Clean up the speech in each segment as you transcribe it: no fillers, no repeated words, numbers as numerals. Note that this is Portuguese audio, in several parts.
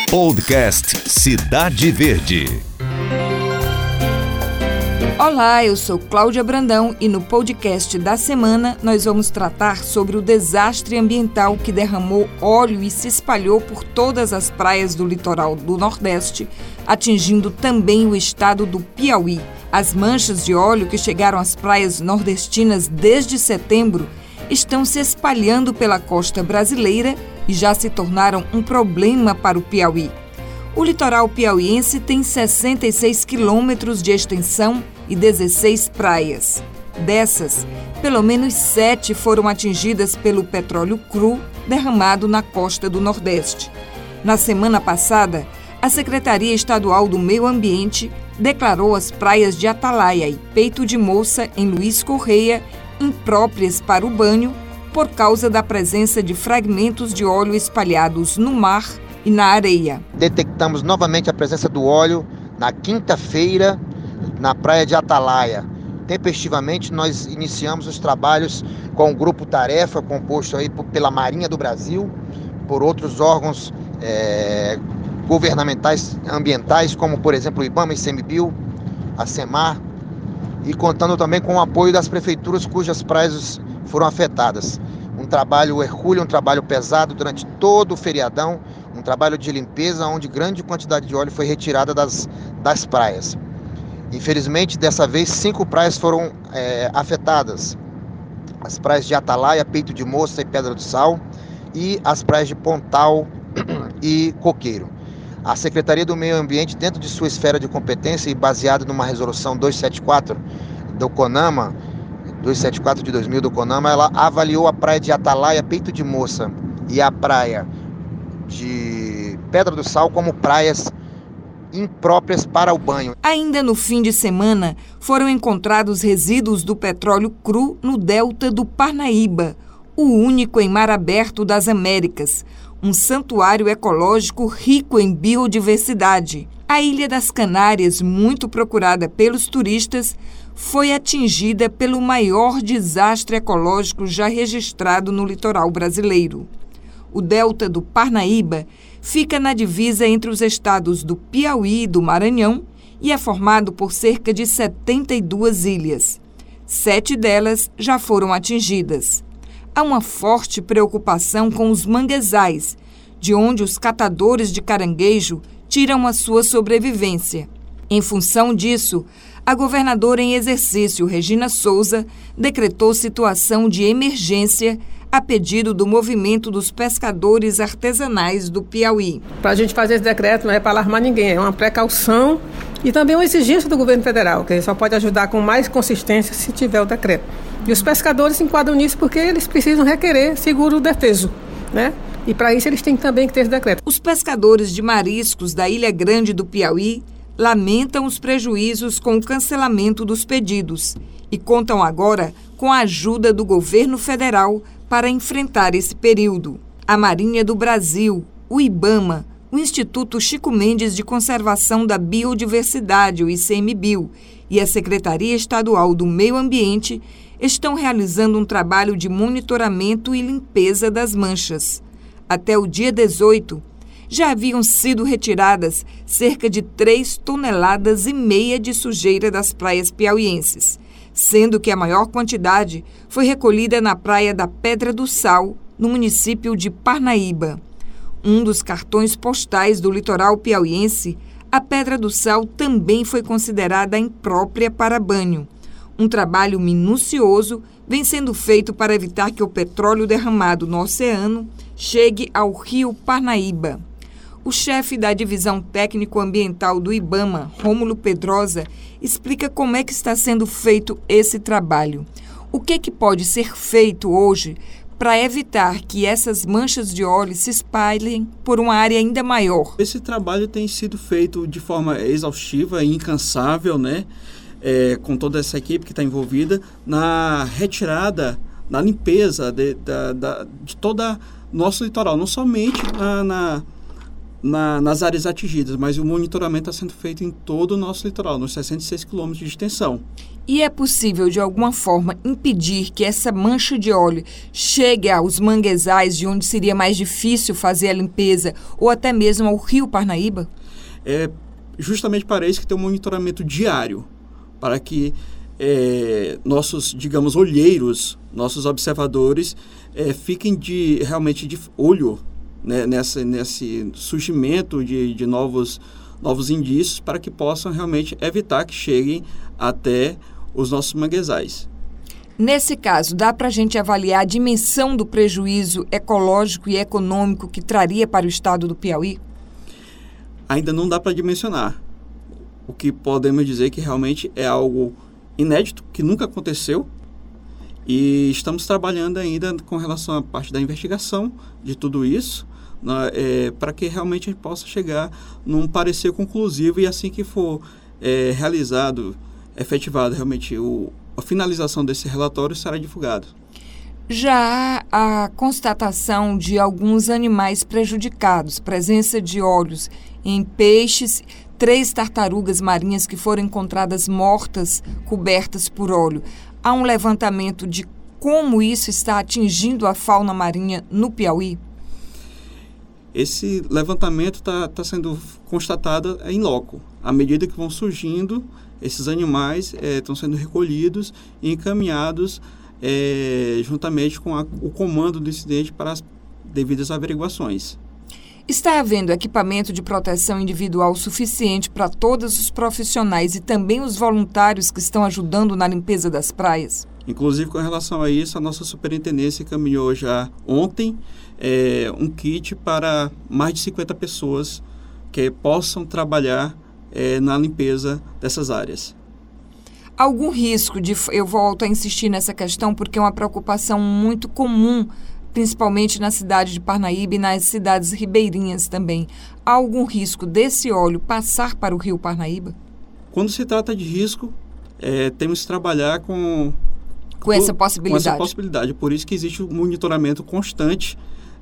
Podcast Cidade Verde. Olá, eu sou Cláudia Brandão e no podcast da semana nós vamos tratar sobre o desastre ambiental que derramou óleo e se espalhou por todas as praias do litoral do Nordeste, atingindo também o estado do Piauí. As manchas de óleo que chegaram às praias nordestinas desde setembro estão se espalhando pela costa brasileira e já se tornaram um problema para o Piauí. O litoral piauiense tem 66 quilômetros de extensão e 16 praias. Dessas, pelo menos 7 foram atingidas pelo petróleo cru derramado na costa do Nordeste. Na semana passada, a Secretaria Estadual do Meio Ambiente declarou as praias de Atalaia e Peito de Moça, em Luiz Correia, impróprias para o banho por causa da presença de fragmentos de óleo espalhados no mar e na areia. Detectamos novamente a presença do óleo na quinta-feira na praia de Atalaia. Tempestivamente nós iniciamos os trabalhos com o Grupo Tarefa, composto aí pela Marinha do Brasil, por outros órgãos governamentais ambientais, como por exemplo o IBAMA, ICMBio, a SEMAR, e contando também com o apoio das prefeituras cujas praias foram afetadas. Um trabalho hercúleo, um trabalho pesado durante todo o feriadão, um trabalho de limpeza onde grande quantidade de óleo foi retirada das praias. Infelizmente, dessa vez, 5 praias foram afetadas. As praias de Atalaia, Peito de Moça e Pedra do Sal, e as praias de Pontal e Coqueiro. A Secretaria do Meio Ambiente, dentro de sua esfera de competência e baseada numa resolução 274 do CONAMA, 274 de 2000 do CONAMA, ela avaliou a praia de Atalaia, Peito de Moça e a praia de Pedra do Sal como praias impróprias para o banho. Ainda no fim de semana, foram encontrados resíduos do petróleo cru no delta do Parnaíba, o único em mar aberto das Américas, um santuário ecológico rico em biodiversidade. A Ilha das Canárias, muito procurada pelos turistas, foi atingida pelo maior desastre ecológico já registrado no litoral brasileiro. O delta do Parnaíba fica na divisa entre os estados do Piauí e do Maranhão e é formado por cerca de 72 ilhas. 7 delas já foram atingidas. Há uma forte preocupação com os manguezais, de onde os catadores de caranguejo tiram a sua sobrevivência. Em função disso, a governadora em exercício, Regina Souza, decretou situação de emergência a pedido do movimento dos pescadores artesanais do Piauí. Para a gente fazer esse decreto não é para alarmar ninguém, é uma precaução e também uma exigência do governo federal, que só pode ajudar com mais consistência se tiver o decreto. E os pescadores se enquadram nisso porque eles precisam requerer seguro defeso, né? E para isso eles têm também que ter esse decreto. Os pescadores de mariscos da Ilha Grande do Piauí lamentam os prejuízos com o cancelamento dos pedidos e contam agora com a ajuda do governo federal para enfrentar esse período. A Marinha do Brasil, o IBAMA, o Instituto Chico Mendes de Conservação da Biodiversidade, o ICMBio, e a Secretaria Estadual do Meio Ambiente estão realizando um trabalho de monitoramento e limpeza das manchas. Até o dia 18, já haviam sido retiradas cerca de 3,5 toneladas de sujeira das praias piauienses, sendo que a maior quantidade foi recolhida na praia da Pedra do Sal, no município de Parnaíba. Um dos cartões postais do litoral piauiense, a Pedra do Sal também foi considerada imprópria para banho. Um trabalho minucioso vem sendo feito para evitar que o petróleo derramado no oceano chegue ao rio Parnaíba. O chefe da Divisão Técnico-Ambiental do IBAMA, Rômulo Pedrosa, explica como é que está sendo feito esse trabalho. O que pode ser feito hoje para evitar que essas manchas de óleo se espalhem por uma área ainda maior? Esse trabalho tem sido feito de forma exaustiva e incansável, né? Com toda essa equipe que está envolvida na retirada, na limpeza de todo nosso litoral, não somente nas áreas atingidas, mas o monitoramento está sendo feito em todo o nosso litoral, nos 66 quilômetros de extensão. E é possível, de alguma forma, impedir que essa mancha de óleo chegue aos manguezais, de onde seria mais difícil fazer a limpeza, ou até mesmo ao rio Parnaíba? É justamente para isso que tem um monitoramento diário, para que nossos, digamos, olheiros, nossos observadores, fiquem realmente de olho, né, nesse surgimento de novos indícios, para que possam realmente evitar que cheguem até os nossos manguezais. Nesse caso, dá para a gente avaliar a dimensão do prejuízo ecológico e econômico que traria para o estado do Piauí? Ainda não dá para dimensionar. O que podemos dizer que realmente é algo inédito, que nunca aconteceu, e estamos trabalhando ainda com relação à parte da investigação de tudo isso, para que realmente a gente possa chegar num parecer conclusivo, e assim que for efetivado realmente a finalização desse relatório, será divulgado. Já há a constatação de alguns animais prejudicados, presença de óleos em peixes, 3 tartarugas marinhas que foram encontradas mortas, cobertas por óleo. Há um levantamento de como isso está atingindo a fauna marinha no Piauí? Esse levantamento está sendo constatado em loco. À medida que vão surgindo, esses animais estão sendo recolhidos e encaminhados juntamente com o comando do incidente para as devidas averiguações. Está havendo equipamento de proteção individual suficiente para todos os profissionais e também os voluntários que estão ajudando na limpeza das praias? Inclusive, com relação a isso, a nossa superintendência encaminhou já ontem um kit para mais de 50 pessoas que possam trabalhar na limpeza dessas áreas. Algum risco eu volto a insistir nessa questão porque é uma preocupação muito comum, principalmente na cidade de Parnaíba e nas cidades ribeirinhas também. Há algum risco desse óleo passar para o rio Parnaíba? Quando se trata de risco, temos que trabalhar com essa possibilidade. Com essa possibilidade. Por isso que existe um monitoramento constante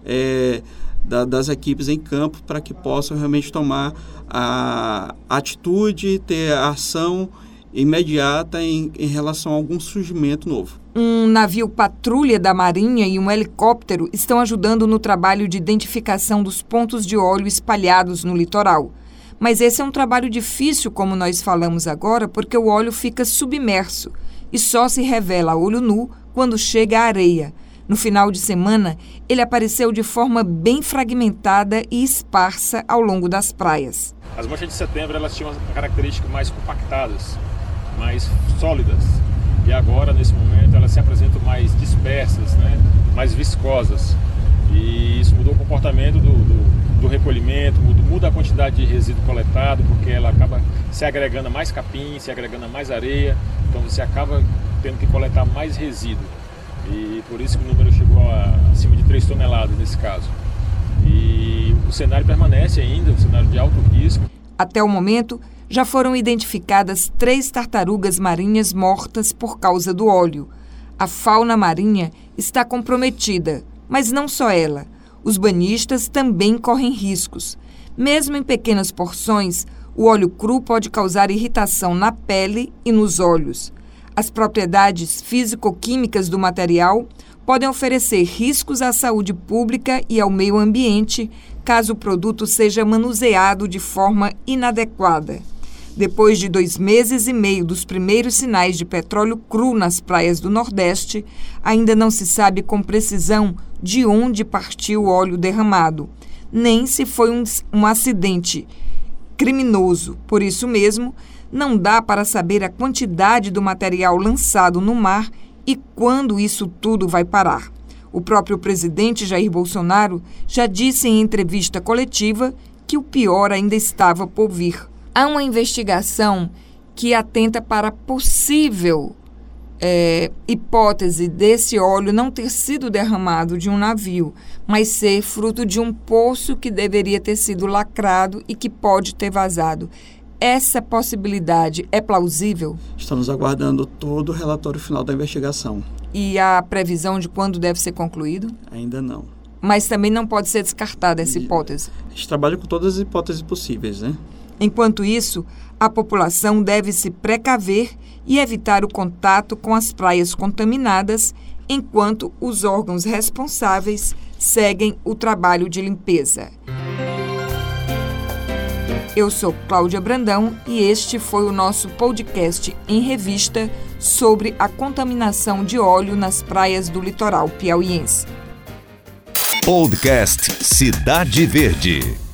das equipes em campo, para que possam realmente tomar a atitude, ter a ação imediata em relação a algum surgimento novo. Um navio patrulha da Marinha e um helicóptero estão ajudando no trabalho de identificação dos pontos de óleo espalhados no litoral. Mas esse é um trabalho difícil, como nós falamos agora, porque o óleo fica submerso e só se revela a olho nu quando chega à areia. No final de semana, ele apareceu de forma bem fragmentada e esparsa ao longo das praias. As manchas de setembro, elas tinham características mais compactadas, mais sólidas. E agora, nesse momento, elas se apresentam mais dispersas, né? Mais viscosas. E isso mudou o comportamento do recolhimento, muda a quantidade de resíduo coletado, porque ela acaba se agregando a mais capim, se agregando a mais areia. Então você acaba tendo que coletar mais resíduo. E por isso que o número chegou acima de 3 toneladas nesse caso. E o cenário permanece ainda, um cenário de alto risco. Até o momento, já foram identificadas 3 tartarugas marinhas mortas por causa do óleo. A fauna marinha está comprometida, mas não só ela. Os banhistas também correm riscos. Mesmo em pequenas porções, o óleo cru pode causar irritação na pele e nos olhos. As propriedades físico-químicas do material podem oferecer riscos à saúde pública e ao meio ambiente, caso o produto seja manuseado de forma inadequada. Depois de 2 meses e meio dos primeiros sinais de petróleo cru nas praias do Nordeste, ainda não se sabe com precisão de onde partiu o óleo derramado, nem se foi um acidente criminoso. Por isso mesmo, não dá para saber a quantidade do material lançado no mar e quando isso tudo vai parar. O próprio presidente Jair Bolsonaro já disse em entrevista coletiva que o pior ainda estava por vir. Há uma investigação que atenta para a possível hipótese desse óleo não ter sido derramado de um navio, mas ser fruto de um poço que deveria ter sido lacrado e que pode ter vazado. Essa possibilidade é plausível? Estamos aguardando todo o relatório final da investigação. E a previsão de quando deve ser concluído? Ainda não. Mas também não pode ser descartada essa hipótese. A gente trabalha com todas as hipóteses possíveis, né? Enquanto isso, a população deve se precaver e evitar o contato com as praias contaminadas, enquanto os órgãos responsáveis seguem o trabalho de limpeza. Eu sou Cláudia Brandão e este foi o nosso podcast em revista sobre a contaminação de óleo nas praias do litoral piauiense. Podcast Cidade Verde.